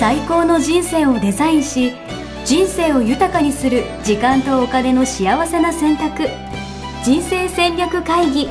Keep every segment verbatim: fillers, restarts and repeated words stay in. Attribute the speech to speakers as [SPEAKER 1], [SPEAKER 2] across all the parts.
[SPEAKER 1] 最高の人生をデザインし、人生を豊かにする時間とお金の幸せな選択、人生戦略会議。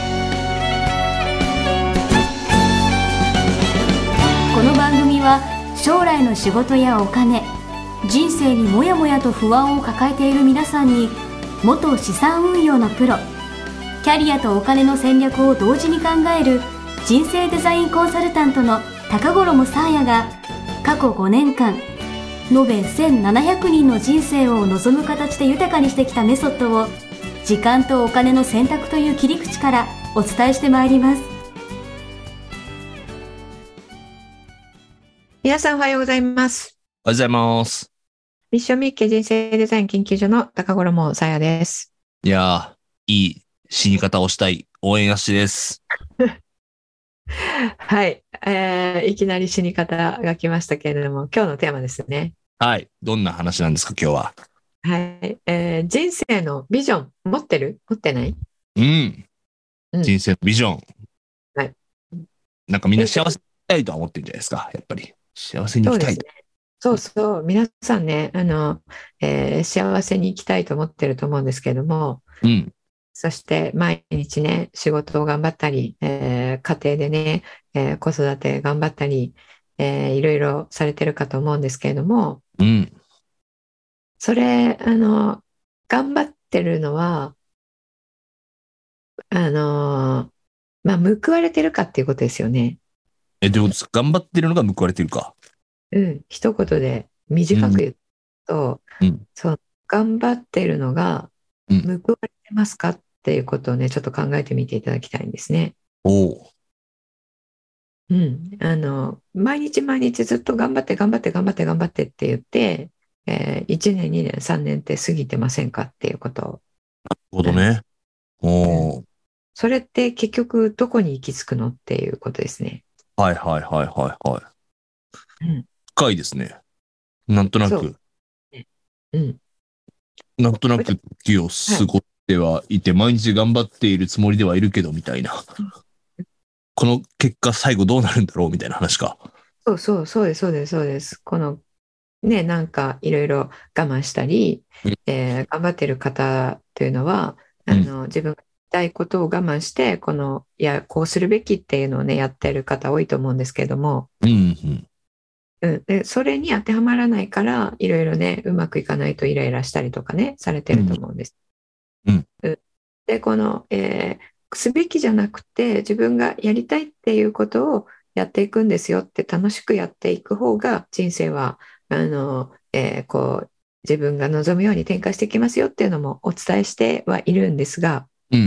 [SPEAKER 1] この番組は将来の仕事やお金、人生にもやもやと不安を抱えている皆さんに、元資産運用のプロ、キャリアとお金の戦略を同時に考える人生デザインコンサルタントの高頃もさあやが、過去ごねんかん延べせんななひゃくにんの人生を望む形で豊かにしてきたメソッドを、時間とお金の選択という切り口からお伝えしてまいります。
[SPEAKER 2] 皆さんおはようございます。
[SPEAKER 3] おはようございます。
[SPEAKER 2] ミッションミッケ人生デザイン研究所の高頃もさやです。
[SPEAKER 3] いやー、いい死に方をしたい応援足です。
[SPEAKER 2] はい、えー、いきなり死に方が来ましたけれども、今日のテーマですね。
[SPEAKER 3] はい、どんな話なんですか今日は。
[SPEAKER 2] はい、えー、人生のビジョン持ってる？持ってない？
[SPEAKER 3] うん、
[SPEAKER 2] うん、
[SPEAKER 3] 人生のビジョン。
[SPEAKER 2] はい。
[SPEAKER 3] なんかみんな幸せになりたいとは思ってるんじゃないですか。やっぱり幸せに生きたい。
[SPEAKER 2] そうですね。そうそう、皆さんね、あの、えー、幸せに生きたいと思ってると思うんですけれども、
[SPEAKER 3] うん。
[SPEAKER 2] そして毎日ね、仕事を頑張ったり、えー、家庭でね、えー、子育て頑張ったり、えー、いろいろされてるかと思うんですけれども、
[SPEAKER 3] うん。
[SPEAKER 2] それ、あの、頑張ってるのは、あの、まあ、報われてるかっていうことですよね。
[SPEAKER 3] え、どういうことですか？頑張ってるのが報われてるか。
[SPEAKER 2] うん、一言で短く言うと、
[SPEAKER 3] うん。
[SPEAKER 2] そう、頑張ってるのが
[SPEAKER 3] うん。
[SPEAKER 2] 報われてますかっていうことをね、ちょっと考えてみていただきたいんですね。
[SPEAKER 3] おう。
[SPEAKER 2] うん、あの、毎日毎日ずっと頑張って頑張って頑張って頑張ってって言って、えー、いちねん、にねん、さんねんって過ぎてませんかっていうことを。
[SPEAKER 3] なるほどね。おう。
[SPEAKER 2] それって結局どこに行き着くのっていうことですね。
[SPEAKER 3] はいはいはいはいはい。
[SPEAKER 2] うん。
[SPEAKER 3] 深いですね。なんとな
[SPEAKER 2] そう。
[SPEAKER 3] く、
[SPEAKER 2] うん。
[SPEAKER 3] なんとなく時を過ごってはいて、毎日頑張っているつもりではいるけど、みたいな。この結果最後どうなるんだろうみたいな話か。
[SPEAKER 2] そうそう、そうです、そうです、そうです。このね、なんかいろいろ我慢したり、
[SPEAKER 3] うん。
[SPEAKER 2] えー頑張ってる方というのは、あ
[SPEAKER 3] うん。
[SPEAKER 2] の、自分がやりたいことを我慢して、この、いや、こうするべきっていうのをね、やってる方多いと思うんですけれども、
[SPEAKER 3] うん。うん。
[SPEAKER 2] うん、で、それに当てはまらないから、いろいろね、うまくいかないとイライラしたりとかね、されてると思うんです。
[SPEAKER 3] うん。
[SPEAKER 2] うんで、この、えーすべきじゃなくて、自分がやりたいっていうことをやっていくんですよって楽しくやっていく方が、人生は、あの、えーこう、自分が望むように展開していきますよっていうのもお伝えしてはいるんですが、
[SPEAKER 3] うん。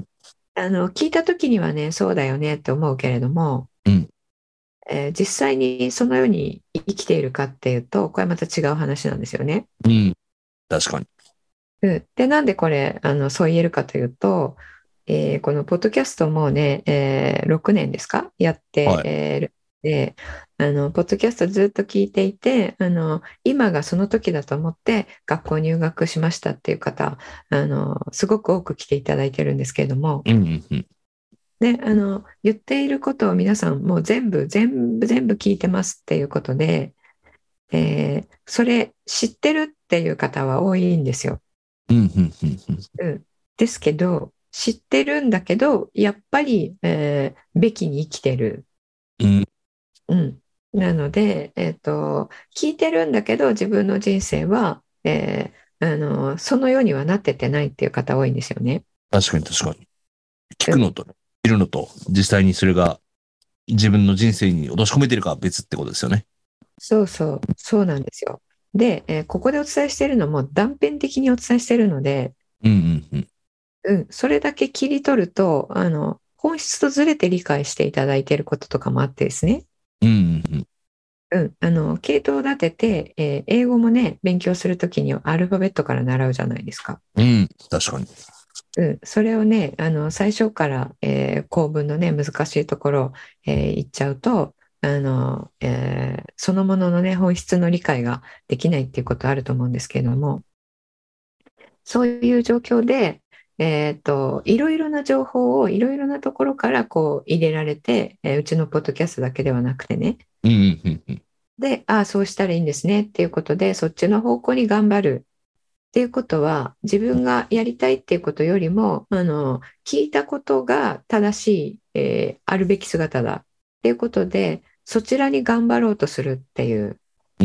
[SPEAKER 2] あの、聞いた時にはね、そうだよねって思うけれども、
[SPEAKER 3] うん。
[SPEAKER 2] えー実際にそのように生きているかっていうと、これまた違う話なんですよね。
[SPEAKER 3] うん。確かに。
[SPEAKER 2] うん、で、なんでこれ、あの、そう言えるかというと、えーこのポッドキャストもね、えーろくねんですかやって
[SPEAKER 3] はい。
[SPEAKER 2] えーるで、あの、ポッドキャストずっと聞いていて、あの、今がその時だと思って学校入学しましたっていう方、あの、すごく多く来ていただいてるんですけれども、
[SPEAKER 3] うん。うん。
[SPEAKER 2] ね、あの、言っていることを皆さんもう全部、全部、全部聞いてますっていうことで、えーそれ知ってるっていう方は多いんですよ。
[SPEAKER 3] うん。うん。
[SPEAKER 2] うん、ですけど、知ってるんだけど、やっぱり、えーべきに生きてる。
[SPEAKER 3] うん。
[SPEAKER 2] うん。なので、えっと、聞いてるんだけど、自分の人生は、えーあの、そのようにはなっててないっていう方多いんですよね。
[SPEAKER 3] 確かに確かに。聞
[SPEAKER 2] うん、
[SPEAKER 3] くのと、いるのと、実際にそれが自分の人生に落とし込めてるかは別ってことですよね。
[SPEAKER 2] そうそう、そうなんですよ。で、えーここでお伝えしているのも断片的にお伝えしているので、
[SPEAKER 3] うん。うん。
[SPEAKER 2] うん、それだけ切り取ると、あの、本質とずれて理解していただいていることとかもあってですね。
[SPEAKER 3] うん。うん。
[SPEAKER 2] うん、あの、系統を立てて、えー英語もね、勉強するときにはアルファベットから習うじゃないですか。
[SPEAKER 3] うん。確かに。
[SPEAKER 2] うん、それをね、あの、最初から、えー構文のね、難しいところを、えー言っちゃうと、あの、えーそのもののね、本質の理解ができないっていうことあると思うんですけれども、そういう状況で、えっと、いろいろな情報をいろいろなところからこう入れられて、えーうちのポッドキャストだけではなくてね、
[SPEAKER 3] うん。うん。うん。
[SPEAKER 2] で、ああ、そうしたらいいんですねっていうことで、そっちの方向に頑張るっていうことは、自分がやりたいっていうことよりも、あの、聞いたことが正しい、えーあるべき姿だっていうことで、そちらに頑張ろうとするっていう、
[SPEAKER 3] うん、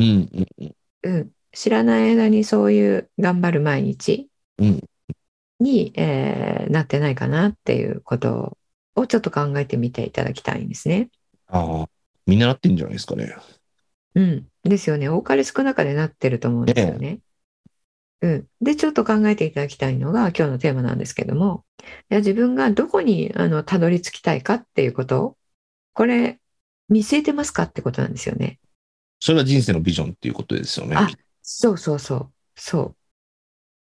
[SPEAKER 2] うん、知らない間にそういう頑張る毎日
[SPEAKER 3] うん、うん。
[SPEAKER 2] に、えーなってないかなっていうことをちょっと考えてみていただきたいんですね。
[SPEAKER 3] ああ、みんななってんじゃないですかね。
[SPEAKER 2] うん。ですよね。多かれ少なかれなってると思うんですよ
[SPEAKER 3] ね
[SPEAKER 2] ね。うん。で、ちょっと考えていただきたいのが今日のテーマなんですけども、いや自分がどこにあのたどり着きたいかっていうことこれ見据えてますかってことなんですよね。
[SPEAKER 3] それが人生のビジョンっていうことですよね。
[SPEAKER 2] あ、そうそうそう。そう。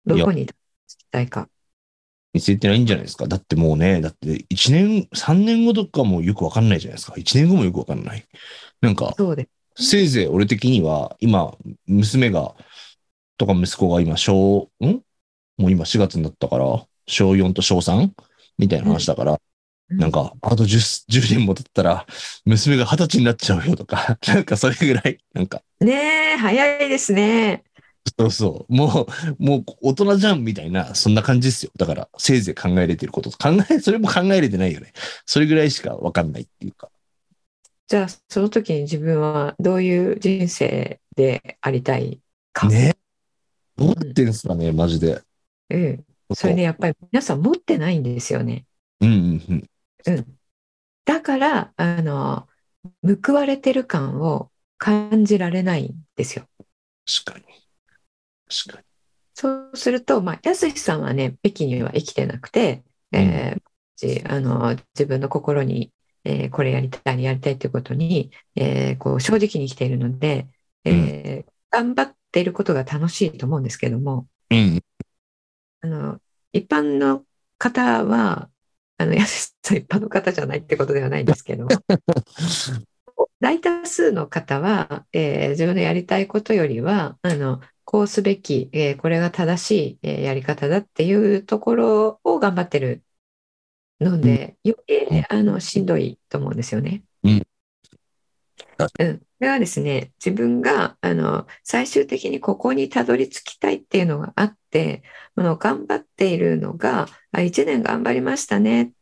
[SPEAKER 3] いや、
[SPEAKER 2] どこにたどり着きたいか。
[SPEAKER 3] 見据えてないんじゃないですか。だってもうね、だっていちねん、さんねんごとかもよくわかんないじゃないですか。いちねんごもよくわかんない。なんか、
[SPEAKER 2] そうです。
[SPEAKER 3] せいぜい俺的には、今、娘が、とか息子が今、小、んもう今しがつになったから、小よんと小さんみたいな話だから、
[SPEAKER 2] うん
[SPEAKER 3] なんか、あと 10, じゅうねんも経ったら、娘がはたちになっちゃうよとか、なんかそれぐらい、なんか、
[SPEAKER 2] ねえ、早いですね。
[SPEAKER 3] そうそう、もう、もう大人じゃんみたいな、そんな感じですよ。だから、せいぜい考えれてること、考え、それも考えれてないよね。それぐらいしかわかんないっていうか。
[SPEAKER 2] じゃあ、その時に自分はどういう人生でありたいか。
[SPEAKER 3] ね、どうやっ
[SPEAKER 2] うん。
[SPEAKER 3] てんすかね、マジで。
[SPEAKER 2] うん。それね、
[SPEAKER 3] そ
[SPEAKER 2] やっぱり皆さん持ってないんですよね。
[SPEAKER 3] う。うんうんうん。
[SPEAKER 2] うん。だから、あの、報われてる感を感じられないんですよ。
[SPEAKER 3] 確かに。確か
[SPEAKER 2] そうすると、まあ、やすしさんはね、北京には生きてなくて、
[SPEAKER 3] に。うん。
[SPEAKER 2] えーじあの自分の心に、えーこれやりたい、やりたいということに、えーこう正直に生きているので、
[SPEAKER 3] うん。
[SPEAKER 2] えー頑張っていることが楽しいと思うんですけども、
[SPEAKER 3] うん。
[SPEAKER 2] あの一般の方は、あのやすしさん一般の方じゃないってことではないんですけども、大多数の方は、えー自分のやりたいことよりは、あの、こうすべき、えーこれが正しい、えーやり方だっていうところを頑張ってるの
[SPEAKER 3] うん。
[SPEAKER 2] で、余計、あの、しんどいと思うんですよね。
[SPEAKER 3] うん。
[SPEAKER 2] うん。これはですね、自分が、あの、最終的にここにたどり着きたいっていうのがあって、あの、頑張っているのが、あ、いちねん頑張りましたねって、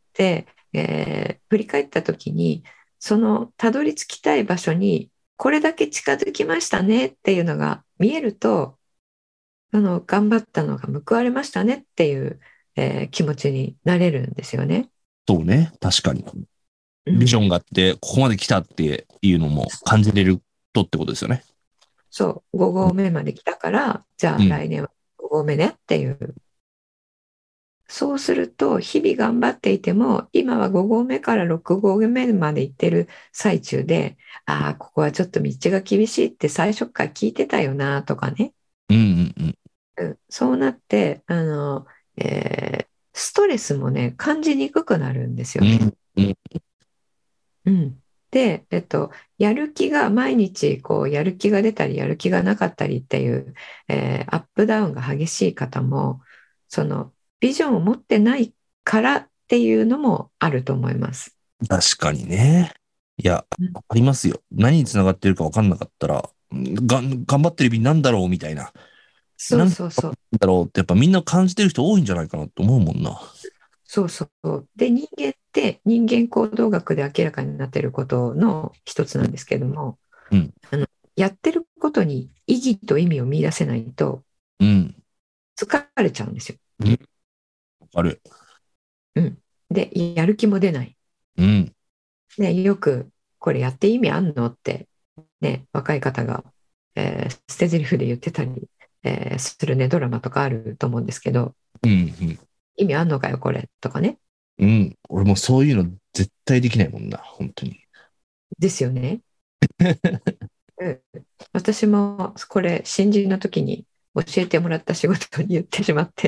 [SPEAKER 2] えー振り返った時に、そのたどり着きたい場所に、これだけ近づきましたねっていうのが見えると、あの、頑張ったのが報われましたねっていう、えー気持ちになれるんですよね。
[SPEAKER 3] そうね。確かに。ビジ
[SPEAKER 2] うん。
[SPEAKER 3] ョンがあって、ここまで来たっていうのも感じれるとってことですよね。
[SPEAKER 2] そう、ご合目まで来たから、じゃ
[SPEAKER 3] うん。
[SPEAKER 2] あ来年はご合目ねっていう。そうすると、日々頑張っていても、今はご合目からろく合目まで行ってる最中で、ああ、ここはちょっと道が厳しいって最初から聞いてたよなとかね。
[SPEAKER 3] うんうんうん。
[SPEAKER 2] うん、そうなって、あの、えーストレスもね、感じにくくなるんですよね。
[SPEAKER 3] うんうん。
[SPEAKER 2] うん。で、えっと、やる気が毎日こうやる気が出たりやる気がなかったりっていう、えーアップダウンが激しい方もそのビジョンを持ってないからっていうのもあると思います。
[SPEAKER 3] 確かにね。いや、
[SPEAKER 2] うん。
[SPEAKER 3] ありますよ。何につながってるか分かんなかったら、がん、頑張ってる意味なんだろうみたいな。
[SPEAKER 2] そう
[SPEAKER 3] なん
[SPEAKER 2] そうそう。
[SPEAKER 3] だろうってやっぱみんな感じてる人多いんじゃないかなと思うもんな。
[SPEAKER 2] そうそう。で、人間って人間行動学で明らかになっていることの一つなんですけども、
[SPEAKER 3] うん。
[SPEAKER 2] あのやってることに意義と意味を見出せないと
[SPEAKER 3] うん。
[SPEAKER 2] 疲れちゃうんですよ。
[SPEAKER 3] うん。ある。
[SPEAKER 2] うん。で、やる気も出ない。
[SPEAKER 3] うん。
[SPEAKER 2] ね、よくこれやって意味あんのって、ね、若い方が、えー捨て台詞で言ってたり、えーするね、ドラマとかあると思うんですけど、
[SPEAKER 3] うん。
[SPEAKER 2] 意味あんのかよ、これとかね。
[SPEAKER 3] うん。うん。俺もそういうの絶対できないもんな。本当に。
[SPEAKER 2] ですよね。うん、私もこれ、新人の時に教えてもらった仕事に言ってしまって、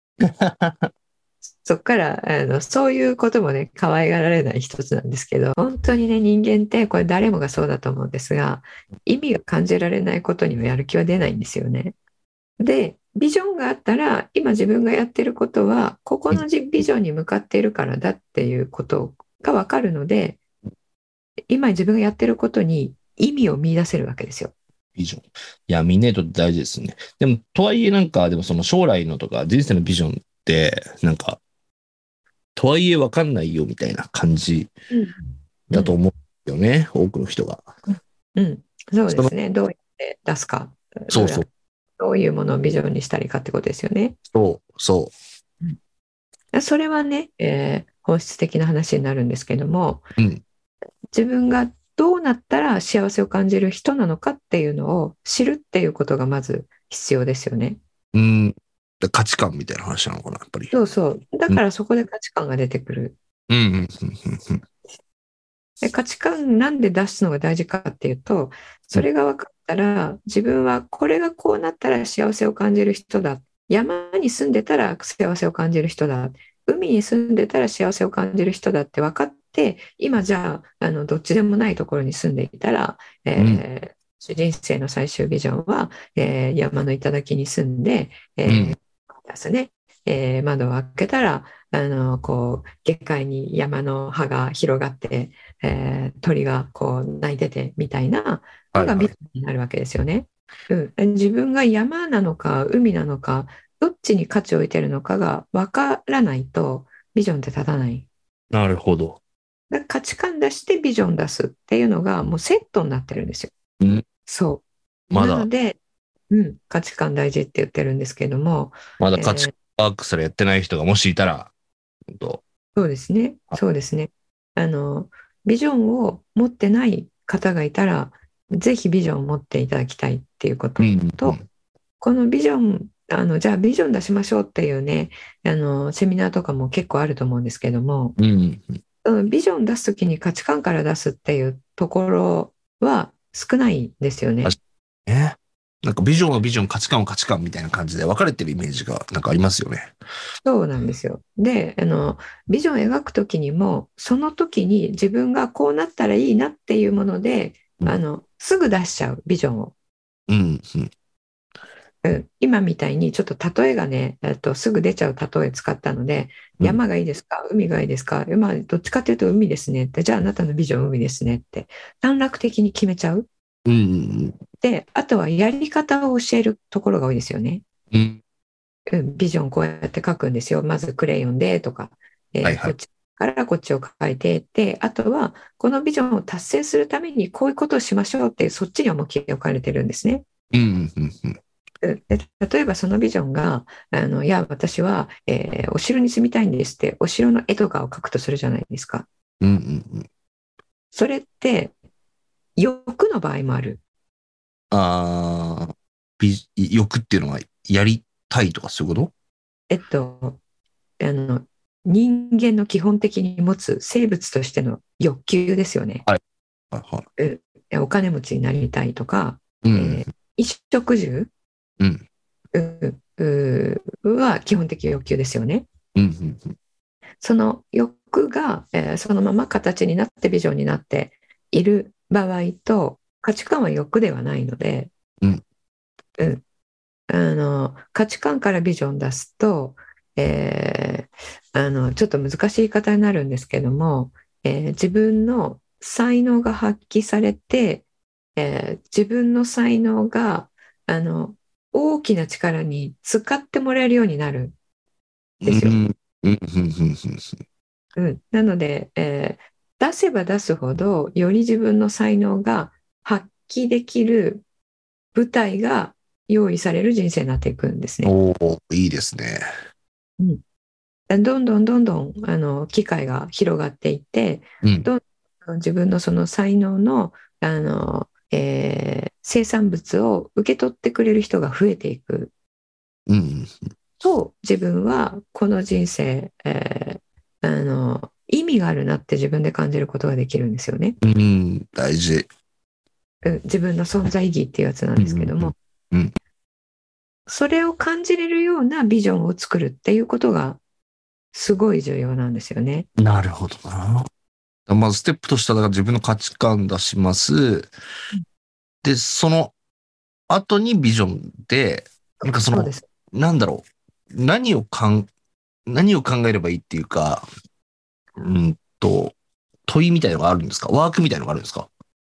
[SPEAKER 2] そこからあのそういうこともね、可愛がられない一つなんですけど、本当にね、人間ってこれ誰もがそうだと思うんですが、意味が感じられないことにはやる気は出ないんですよね。で、ビジョンがあったら、今自分がやってることは、ここのじビジョンに向かっているからだっていうことがわかるので、今自分がやってることに意味を見出せるわけですよ。
[SPEAKER 3] ビジョン。いや、みんなにとって大事ですね。でも、とはいえなんか、でもその将来のとか人生のビジョンって、なんか、とはいえわかんないよみたいな感じ
[SPEAKER 2] うん
[SPEAKER 3] だと思うよね、多くの人が。
[SPEAKER 2] うん、そう
[SPEAKER 3] その、
[SPEAKER 2] ですね。どうやって出すか、どうや、
[SPEAKER 3] そうそう、
[SPEAKER 2] どういうものをビジョンにしたりかってことですよね。
[SPEAKER 3] そう、そ
[SPEAKER 2] うん、それはね、えー本質的な話になるんですけども、
[SPEAKER 3] う。うん、
[SPEAKER 2] 自分がどうなったら幸せを感じる人なのかっていうのを知るっていうことがまず必要ですよね。
[SPEAKER 3] うん。価値観みたいな話なのかな、やっぱり。
[SPEAKER 2] そうそう。だ
[SPEAKER 3] うん、
[SPEAKER 2] からそこで価値観が出てくる。
[SPEAKER 3] うん、うん、うん、うん。
[SPEAKER 2] で、価値観なんで出すのが大事かっていうと、それが分かったら、自分はこれがこうなったら幸せを感じる人だ。山に住んでたら幸せを感じる人だ。海に住んでたら幸せを感じる人だって分かって、今じゃあ、あの、どっちでもないところに住んでいたら、
[SPEAKER 3] うん、
[SPEAKER 2] えー人生の最終ビジョンは、えー山の頂に住んで、えー
[SPEAKER 3] うん、
[SPEAKER 2] ですね、えー窓を開けたら、あの、こう、下界に山の葉が広がって、えー鳥がこう鳴いててみたいなのがビ
[SPEAKER 3] はいはい。
[SPEAKER 2] ジョンになるわけですよね。うん、自分が山なのか海なのかどっちに価値を置いてるのかがわからないとビジョンって立たない。
[SPEAKER 3] なるほど。
[SPEAKER 2] だから価値観出してビジョン出すっていうのがもうセットになってるんですよ。
[SPEAKER 3] うん、
[SPEAKER 2] そう。
[SPEAKER 3] まだ、
[SPEAKER 2] なので、うん、価値観大事って言ってるんですけども、
[SPEAKER 3] まだ価値
[SPEAKER 2] えー
[SPEAKER 3] ワークすらやってない人がもしいたら、ほんと、
[SPEAKER 2] そうですね。そうですね。あの、ビジョンを持ってない方がいたら、ぜひビジョンを持っていただきたいっていうこと
[SPEAKER 3] うん、う
[SPEAKER 2] と、
[SPEAKER 3] ん、
[SPEAKER 2] このビジョン、あの、じゃあビジョン出しましょうっていうね、あの、セミナーとかも結構あると思うんですけども、
[SPEAKER 3] うん、うん。
[SPEAKER 2] そのビジョン出すときに価値観から出すっていうところは少ないんですよね。
[SPEAKER 3] 確かにね。なんかビジョンはビジョン、価値観は価値観みたいな感じで分かれてるイメージがなんかありますよね。
[SPEAKER 2] そうなんですよ。で、あの、ビジョンを描くときにも、その時に自分がこうなったらいいなっていうもので、
[SPEAKER 3] うん、
[SPEAKER 2] あの、すぐ出しちゃう、ビジョンを。
[SPEAKER 3] うん、うん、
[SPEAKER 2] うん、今みたいにちょっと例えがね、えっと、すぐ出ちゃう例え使ったので、
[SPEAKER 3] うん、
[SPEAKER 2] 山がいいですか海がいいですか、まあ、どっちかというと海ですねって、じゃああなたのビジョン海ですねって、短絡的に決めちゃう。
[SPEAKER 3] うん、
[SPEAKER 2] で、あとはやり方を教えるところが多いですよね。
[SPEAKER 3] うん。
[SPEAKER 2] うん、ビジョンこうやって書くんですよ。まずクレヨンでとか、
[SPEAKER 3] はいはい。
[SPEAKER 2] えーこっちからこっちを書いてって、あとはこのビジョンを達成するためにこういうことをしましょうっていう、そっちに重きを置かれてるんですね。
[SPEAKER 3] うん、うん、うん。
[SPEAKER 2] うんで、例えばそのビジョンが、あの、いや、私は、えーお城に住みたいんですって、お城の絵とかを描くとするじゃないですか。
[SPEAKER 3] うん、うんうん。
[SPEAKER 2] それって、欲の場合もある。
[SPEAKER 3] ああ、美欲っていうのはやりたいとかそういうこ
[SPEAKER 2] えっと、あの、人間の基本的に持つ生物としての欲求ですよね。
[SPEAKER 3] と？はい、はい、はい。
[SPEAKER 2] うんお金持ちになりたいとか、
[SPEAKER 3] うん、
[SPEAKER 2] えー衣食住
[SPEAKER 3] うん、
[SPEAKER 2] ううは基本的欲求ですよね。
[SPEAKER 3] うん、うん、うん。
[SPEAKER 2] その欲が、えーそのまま形になってビジョンになっている場合と、価値観は欲ではないので、
[SPEAKER 3] うん、
[SPEAKER 2] うん、あの価値観からビジョン出すと、えーあのちょっと難しい言い方になるんですけども、えー自分の才能が発揮されて、えー自分の才能があの大きな力に使ってもらえるようになるん
[SPEAKER 3] うん、
[SPEAKER 2] ですよ。
[SPEAKER 3] うん、うん、うん。
[SPEAKER 2] うん、なので、えー出せば出すほどより自分の才能が発揮できる舞台が用意される人生になっていくんですね。
[SPEAKER 3] おお、いいですね。
[SPEAKER 2] うん、どんどんどんどんあの機会が広がっていって、
[SPEAKER 3] うん、
[SPEAKER 2] どんどん自分のその才能の、あの、えー生産物を受け取ってくれる人が増えていく
[SPEAKER 3] うん、
[SPEAKER 2] と、自分はこの人生、えーあの意味があるなって自分で感じることができるんですよね。
[SPEAKER 3] うん、大事。
[SPEAKER 2] うん、自分の存在意義っていうやつなん
[SPEAKER 3] うん、うん、
[SPEAKER 2] ですけども、
[SPEAKER 3] うん。
[SPEAKER 2] それを感じれるようなビジョンを作るっていうことがすごい重要なんですよね。
[SPEAKER 3] なるほどな。まずステップとしては自分の価値観出します。で、その後にビジョンで、なんかその、
[SPEAKER 2] そうです。
[SPEAKER 3] なんだろう。何をかん、何を考えればいいっていうか、うんと、問いみたいのがあるんですか？ワークみたいのがあるんですか？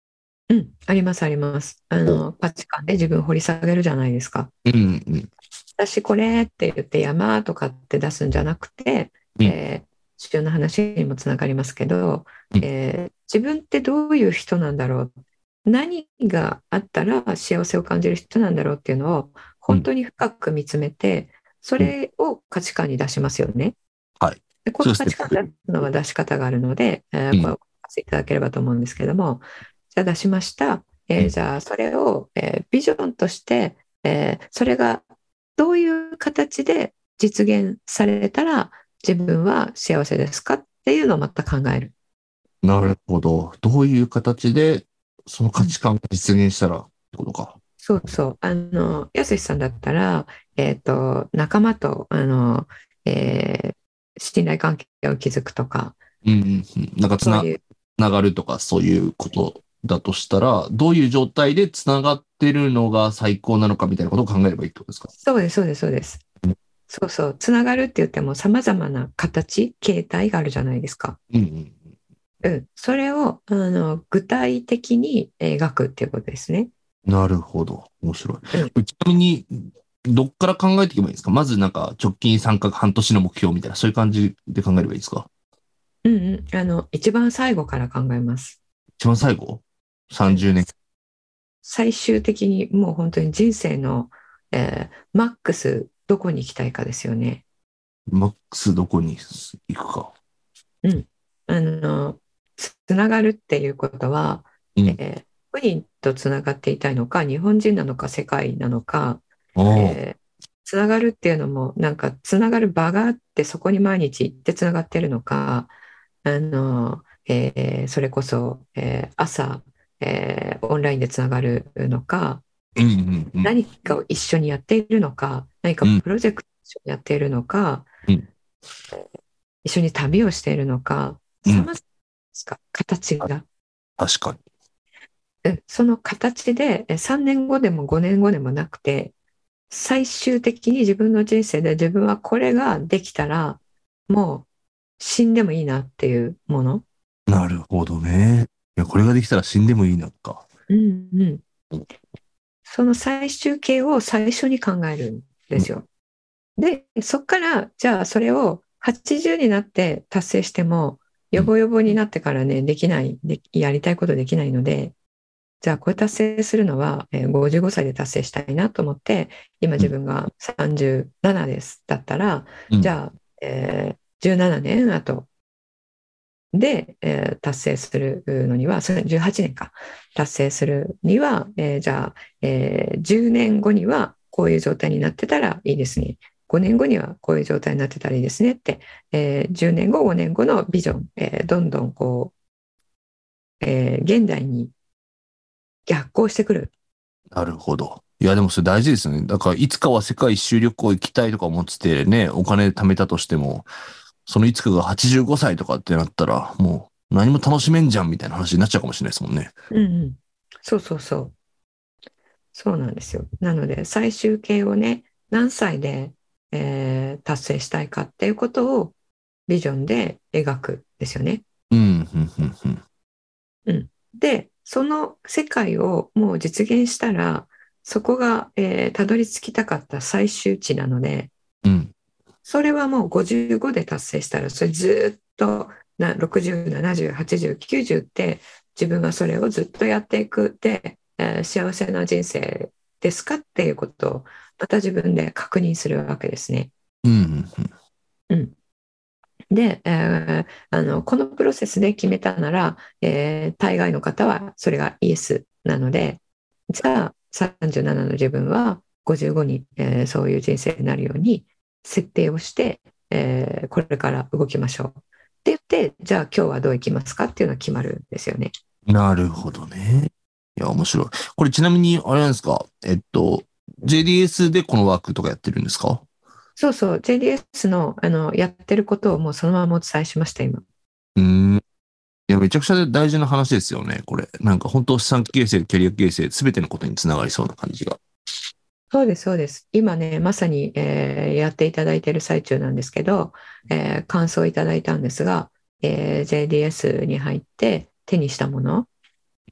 [SPEAKER 2] うん、ありますあります。あの、価値観で自分を掘り下げるじゃないですか。
[SPEAKER 3] うんうん
[SPEAKER 2] 私これって言って山とかって出すんじゃなくて、
[SPEAKER 3] うん
[SPEAKER 2] えー必要な話にもつながりますけど、
[SPEAKER 3] うん
[SPEAKER 2] えー自分ってどういう人なんだろう、何があったら幸せを感じる人なんだろうっていうのを
[SPEAKER 3] うん
[SPEAKER 2] 本当に深く見つめて、そ
[SPEAKER 3] うん。
[SPEAKER 2] れを価値観に出しますよね。
[SPEAKER 3] はい。
[SPEAKER 2] で、こ
[SPEAKER 3] そう
[SPEAKER 2] の
[SPEAKER 3] いうステップ。
[SPEAKER 2] 価値観出すのは出し方があるので、えーこれ
[SPEAKER 3] うん
[SPEAKER 2] をお聞かせいただければと思うんですけども、じゃあ出しました。
[SPEAKER 3] うん。
[SPEAKER 2] えーじゃあそれを、えービジョンとして、えーそれがどういう形で実現されたら自分は幸せですかっていうのをまた考える。
[SPEAKER 3] なるほど。どういう形でその
[SPEAKER 2] うん、
[SPEAKER 3] 価値観が実現したらってことか。
[SPEAKER 2] そうそう。あの、やすしさんだったら、えっと、仲間と、あの、えー信頼関係を築くとか、
[SPEAKER 3] うんうんうん。なんかつな、
[SPEAKER 2] そういう、
[SPEAKER 3] つながるとかそういうことだとしたら、どういう状態でつながってるのが最高なのかみたいなことを考えればいいってことですか？
[SPEAKER 2] そうです、そうです、そうです。そうそう。つながるって言っても様々な形、形態があるじゃないですか。
[SPEAKER 3] うんうん
[SPEAKER 2] うん。それを、あの、具体的に描くっていうことですね。
[SPEAKER 3] うん。なるほど。面白い。
[SPEAKER 2] うん。
[SPEAKER 3] ちなみに、どっから考えていけばいいんですか？まずなんか直近さんかげつ、半年の目標みたいな、そういう感じで考えればいいですか？
[SPEAKER 2] うんうん。あの、一番最後から考えます。
[SPEAKER 3] 一番最後
[SPEAKER 2] うん。
[SPEAKER 3] ?さんじゅう 年。
[SPEAKER 2] 最終的にもう本当に人生の、えーマックスどこに行きたいかですよね。
[SPEAKER 3] マックスどこに行くか。
[SPEAKER 2] うん。あの、つつながるっていうことは、
[SPEAKER 3] うん。
[SPEAKER 2] えー、個人とつながっていたいのか、日本人なのか、世界なのか、
[SPEAKER 3] ああ。
[SPEAKER 2] えーつながるっていうのも、なんかつながる場があって、そこに毎日行ってつながってるのか、あの、えーそれこそ、えー朝、えーオンラインでつながるのか、
[SPEAKER 3] うんうんうん。
[SPEAKER 2] 何かを一緒にやっているのか、何か
[SPEAKER 3] うん。
[SPEAKER 2] プロジェクトを一緒にやっているのか、
[SPEAKER 3] うん。
[SPEAKER 2] 一緒に旅をしているのか、
[SPEAKER 3] うん。
[SPEAKER 2] 様々ですか、形が。
[SPEAKER 3] 確かに。
[SPEAKER 2] うんその形でえさんねんごでもごねんごでもなくて、最終的に自分の人生で自分はこれができたら、もう死んでもいいなっていうもの。
[SPEAKER 3] なるほどね。いや、これができたら死んでもいいのか。
[SPEAKER 2] うんうん。その最終形を最初に考えるんで
[SPEAKER 3] うん。
[SPEAKER 2] すよ。で、そこから、じゃあそれをはちじゅうになって達成しても、
[SPEAKER 3] うん。
[SPEAKER 2] よぼよぼになってからね、できない、でやりたいことできないので、じゃあこれ達成するのは、えーごじゅうごさいで達成したいなと思って、今
[SPEAKER 3] うん。
[SPEAKER 2] 自分がさんじゅうななですだったら、
[SPEAKER 3] うん。
[SPEAKER 2] じゃあ、えーじゅうななねん後で、えー達成するのには、それじゅうはちねんか、達成するには、えーじゃあ、えーじゅうねんごにはこういう状態になってたらいいですね。ごねんごにはこういう状態になってたらいいですねって、えーじゅうねんご、ごねんごのビジョン、えーどんどんこう、えー現代に逆行してくる。
[SPEAKER 3] なるほど。いや、でもそれ大事ですよね。だから、いつかは世界一周旅行行きたいとか思っててね、お金貯めたとしても、そのいつかがはちじゅうごさいとかってなったら、もう何も楽しめんじゃんみたいな話になっちゃうかもしれないですもんね。
[SPEAKER 2] うんうん。そうそうそう。そうなんですよ。なので、最終形をね、何歳で、えー達成したいかっていうことをビジョンで描くですよね。
[SPEAKER 3] うん、うん、うん、うん。
[SPEAKER 2] うん。で、その世界をもう実現したら、そこが、えーたどり着きたかった最終値なので、
[SPEAKER 3] うん。
[SPEAKER 2] それはもうごじゅうごで達成したら、それずっとなろくじゅう、ななじゅう、はちじゅう、きゅうじゅうって自分がそれをずっとやっていくで、えー幸せな人生ですかっていうことをまた自分で確認するわけですね。
[SPEAKER 3] うん、うん、
[SPEAKER 2] うん。で、えーあの、このプロセスで決めたなら、えー大概の方はそれがイエスなので、じゃあさんじゅうななの自分はごじゅうごに、えーそういう人生になるように設定をして、えーこれから動きましょう。って言って、じゃあ今日はどう行きますかっていうのは決まるんですよね。
[SPEAKER 3] うん。なるほどね。いや、面白い。これちなみに、あれなんですか？えっと、ジェーディーエス でこのワークとかやってるんですか？
[SPEAKER 2] そうそう、ジェーディーエス の、あのやってることをもうそのままお伝えしました、今。
[SPEAKER 3] うーん。いや、めちゃくちゃ大事な話ですよね、これ。なんか本当資産形成、キャリア形成、すべてのことにつながりそうな感じが。
[SPEAKER 2] そうです、そうです。今ね、まさに、えーやっていただいている最中なんですけど、えー感想をいただいたんですが、えージェーディーエス に入って手にしたもの、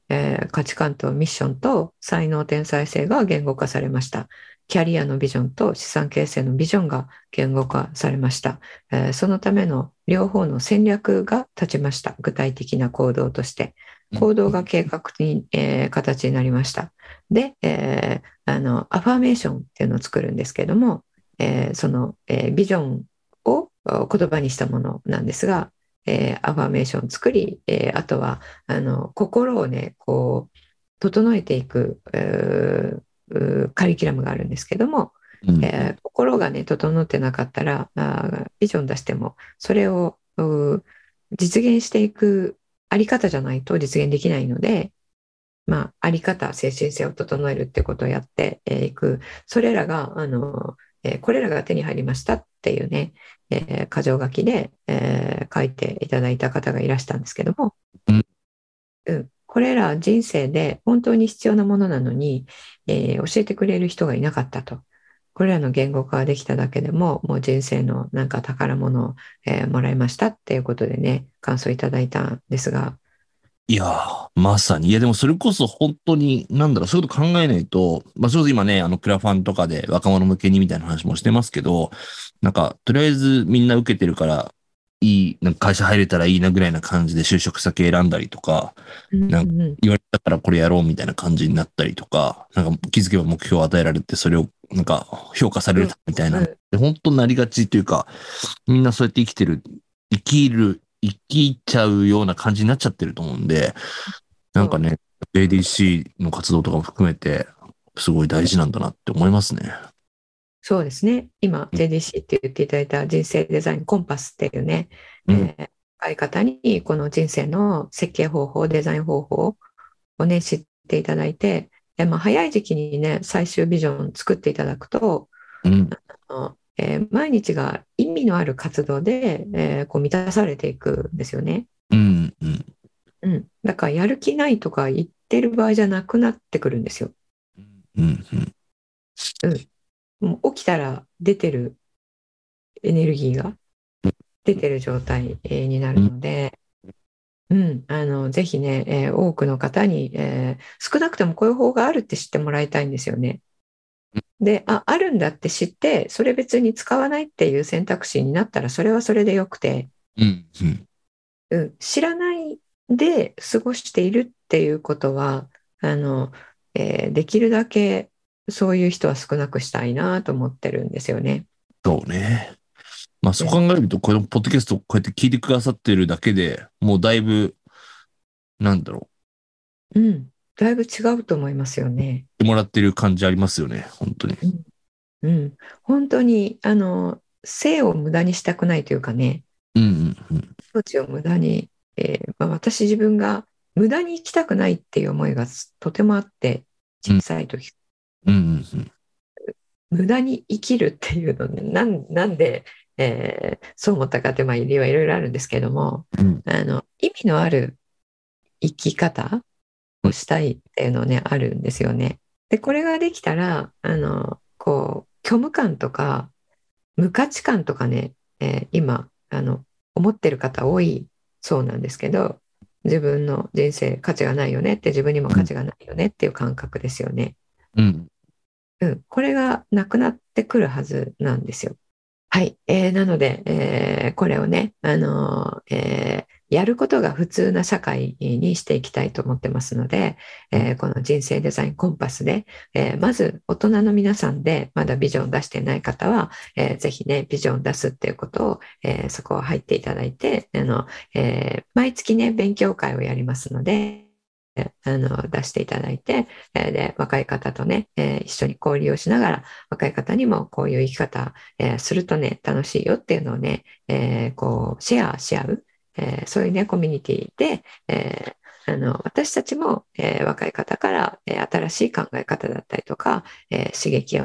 [SPEAKER 2] えー価値観とミッションと才能天才性が言語化されました。キャリアのビジョンと資産形成のビジョンが言語化されました。えーそのための両方の戦略が立ちました。具体的な行動として。行動が計画に、えー形になりました。で、えーあの、アファーメーションっていうのを作るんですけれども、えーその、えービジョンを言葉にしたものなんですが、えーアファーメーションを作り、えーあとは、あの、心をね、こう、整えていく、うーカリキュラムがあるんですけども、
[SPEAKER 3] うん
[SPEAKER 2] えー心がね、整ってなかったら、あービジョン出しても、それをうー実現していくあり方じゃないと実現できないので、まあ、あり方、精神性を整えるってことをやってえーいく、それらが、あの、えーこれらが手に入りましたっていうね、えー箇条書きで、えー書いていただいた方がいらしたんですけども、
[SPEAKER 3] うん
[SPEAKER 2] うんこれら人生で本当に必要なものなのに、えー教えてくれる人がいなかったと。これらの言語化ができただけでも、もう人生のなんか宝物を、えーもらいましたっていうことでね、感想いただいたんですが、
[SPEAKER 3] いやー、まさに。いや、でもそれこそ本当に、なんだろう、そういうこと考えないと、まあ、ちょうど今ね、あの、クラファンとかで若者向けにみたいな話もしてますけど、なんか、とりあえずみんな受けてるから、いい、なんか会社入れたらいいなぐらいな感じで就職先選んだりとか、
[SPEAKER 2] うん
[SPEAKER 3] なんか
[SPEAKER 2] うん
[SPEAKER 3] 言われたからこれやろうみたいな感じになったりとか、なんか気づけば目標を与えられて、それをなんか評価されるみたいな、
[SPEAKER 2] うん
[SPEAKER 3] で本当になりがちというか、みんなそうやって生きてる、生きる、生きちゃうような感じになっちゃってると思うんで、なんかね、エーディーシー の活動とかも含めて、すごい大事なんだなって思いますね。
[SPEAKER 2] そうですね。今、ジェーディーシー って言っていただいた人生デザインコンパスっていうね、
[SPEAKER 3] うん
[SPEAKER 2] えー若い方にこの人生の設計方法、デザイン方法をね、知っていただいて、でまあ、早い時期にね、最終ビジョンを作っていただくと、
[SPEAKER 3] うん。
[SPEAKER 2] あのえー毎日が意味のある活動で、えーこう満たされていくんですよね。
[SPEAKER 3] うん。うん。
[SPEAKER 2] うん。だから、やる気ないとか言ってる場合じゃなくなってくるんですよ。
[SPEAKER 3] うん。うん
[SPEAKER 2] うん。もう起きたら出てるエネルギーが出てる状態えーになるので、うん、あの、ぜひね、えー多くの方に、えー少なくともこういう方があるって知ってもらいたいんですよね。で、あ、あるんだって知って、それ別に使わないっていう選択肢になったら、それはそれでよくて、
[SPEAKER 3] うん。うん。
[SPEAKER 2] うん、知らないで過ごしているっていうことは、あの、えーできるだけそういう人は少なくしたいなと思ってるんですよね。
[SPEAKER 3] そうね。まあそう考
[SPEAKER 2] で
[SPEAKER 3] えると、このポッドキャストをこうやって聞いてくださってるだけでもうだいぶ、なんだろ
[SPEAKER 2] うん、だいぶ違うと思いますよね。
[SPEAKER 3] う、もらってる感じありますよね。本当に。
[SPEAKER 2] うんうん、本当にあの生を無駄にしたくないというかね、
[SPEAKER 3] うん。うん。
[SPEAKER 2] 命を無駄に、えーまあ、私自分が無駄に生きたくないっていう思いがとてもあって、小さい時、
[SPEAKER 3] うん。うん。
[SPEAKER 2] 無駄に生きるっていうのね、なんなんで、えーそう思ったかって、まあ、理由はいろいろあるんですけども、
[SPEAKER 3] うん。
[SPEAKER 2] あの意味のある生き方をしたいっていうのね、あるんですよね。で、これができたら、あの、こう、虚無感とか、無価値観とかね、えー今、あの、思ってる方多いそうなんですけど、自分の人生価値がないよねって、自分にも価値がないよねっていう感覚ですよね。
[SPEAKER 3] うん。
[SPEAKER 2] うん、これがなくなってくるはずなんですよ。はい。えーなので、えーこれをね、あのーえーやることが普通な社会にしていきたいと思ってますので、えーこの人生デザインコンパスで、えーまず大人の皆さんでまだビジョン出してない方は、えーぜひね、ビジョン出すっていうことを、えーそこを入っていただいて、あの、えー毎月ね、勉強会をやりますので、あの出していただいて、えーで若い方とね、えー一緒に交流をしながら、若い方にもこういう生き方、えーするとね、楽しいよっていうのをね、えーこうシェアし合う、えーそういうね、コミュニティで、えーあの私たちも、えー若い方から、えー新しい考え方だったりとか、えー刺激をね、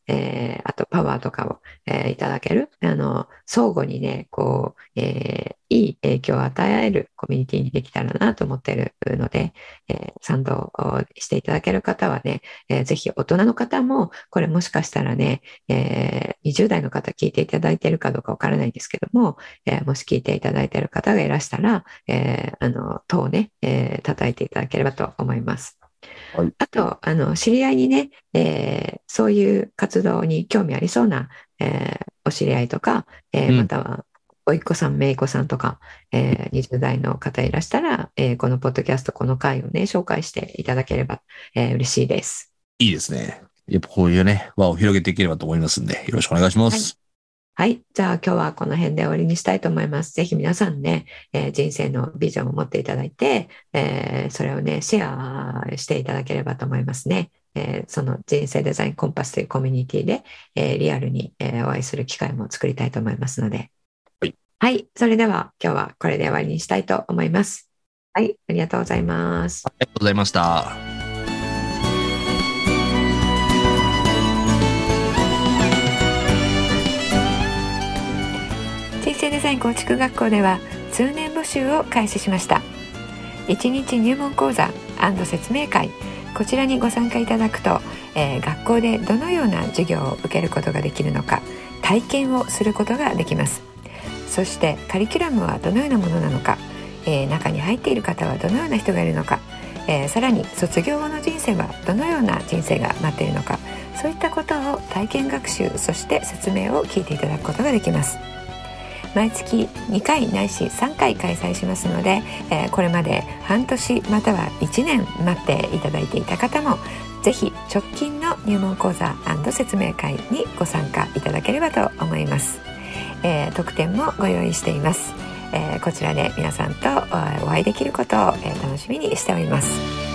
[SPEAKER 2] えー、あとパワーとかを、えーいただける、あの、相互にね、こう、えーいい影響を与えるコミュニティにできたらなと思っているので、えー賛同をしていただける方はね、えーぜひ大人の方も、これもしかしたらね、えーにじゅう代の方聞いていただいているかどうかわからないんですけども、えーもし聞いていただいている方がいらしたら、えーあの、等をね、えー叩いていただければと思います。
[SPEAKER 3] はい
[SPEAKER 2] あと、あの、知り合いにね、えーそういう活動に興味ありそうな、えーお知り合いとか、えー
[SPEAKER 3] うん
[SPEAKER 2] または、おいっ子さん、めいっ子さんとか、えーにじゅう代の方いらしたら、えーこのポッドキャスト、この回をね、紹介していただければ、えー嬉しいです。
[SPEAKER 3] いいですね。やっぱこういうね、輪を広げていければと思いますんで、よろしくお願いします。
[SPEAKER 2] はい。じゃあ今日はこの辺で終わりにしたいと思います。ぜひ皆さんね、えー人生のビジョンを持っていただいて、えーそれをね、シェアしていただければと思いますね。えーその人生デザインコンパスというコミュニティで、えーリアルに、えーお会いする機会も作りたいと思いますので。
[SPEAKER 3] はい。
[SPEAKER 2] はい。それでは今日はこれで終わりにしたいと思います。はい。ありがとうございます。
[SPEAKER 3] ありがとうございました。
[SPEAKER 2] 人生デザイン構築学校では通年募集を開始しました。いちにち入門講座&説明会、こちらにご参加いただくと、えー学校でどのような授業を受けることができるのか、体験をすることができます。そしてカリキュラムはどのようなものなのか、えー中に入っている方はどのような人がいるのか、えーさらに卒業後の人生はどのような人生が待っているのか、そういったことを体験学習、そして説明を聞いていただくことができます。毎月にかいないしさんかい開催しますので、えーこれまで半年またはいちねん待っていただいていた方も、ぜひ直近の入門講座&説明会にご参加いただければと思います。えー特典もご用意しています。えーこちらで皆さんとお会いできることを、えー楽しみにしております。